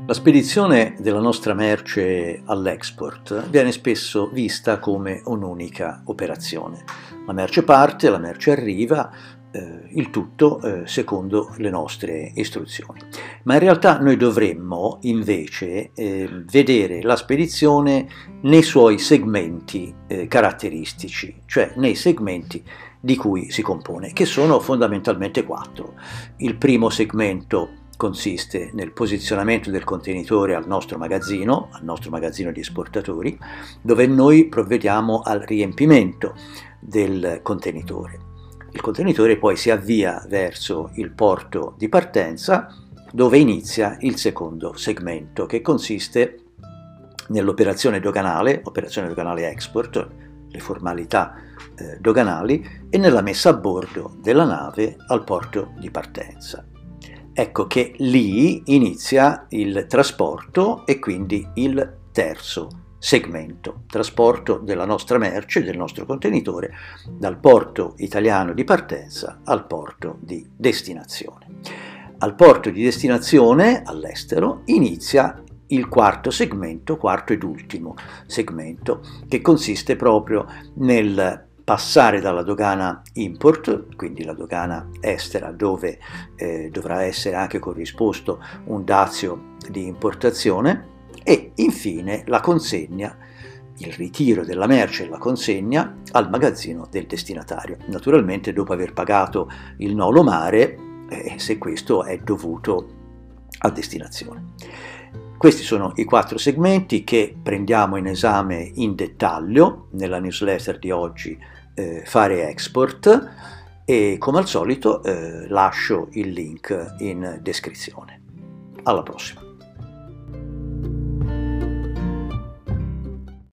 La spedizione della nostra merce all'export viene spesso vista come un'unica operazione. La merce parte, la merce arriva, il tutto secondo le nostre istruzioni. Ma in realtà noi dovremmo invece vedere la spedizione nei suoi segmenti caratteristici, cioè nei segmenti di cui si compone, che sono fondamentalmente 4. Il primo segmento consiste nel posizionamento del contenitore al nostro magazzino di esportatori, dove noi provvediamo al riempimento del contenitore. Il contenitore poi si avvia verso il porto di partenza, dove inizia il secondo segmento, che consiste nell'operazione doganale export, le formalità doganali, e nella messa a bordo della nave al porto di partenza. Ecco che lì inizia il trasporto e quindi il terzo segmento, trasporto della nostra merce, del nostro contenitore, dal porto italiano di partenza al porto di destinazione. Al porto di destinazione, all'estero, inizia il quarto ed ultimo segmento, che consiste proprio nel passare dalla dogana import, quindi la dogana estera, dove dovrà essere anche corrisposto un dazio di importazione, e infine la consegna, il ritiro della merce e la consegna al magazzino del destinatario, naturalmente dopo aver pagato il nolo mare, se questo è dovuto a destinazione. Questi sono i 4 segmenti che prendiamo in esame in dettaglio nella newsletter di oggi, Fare Export, e come al solito lascio il link in descrizione. Alla prossima!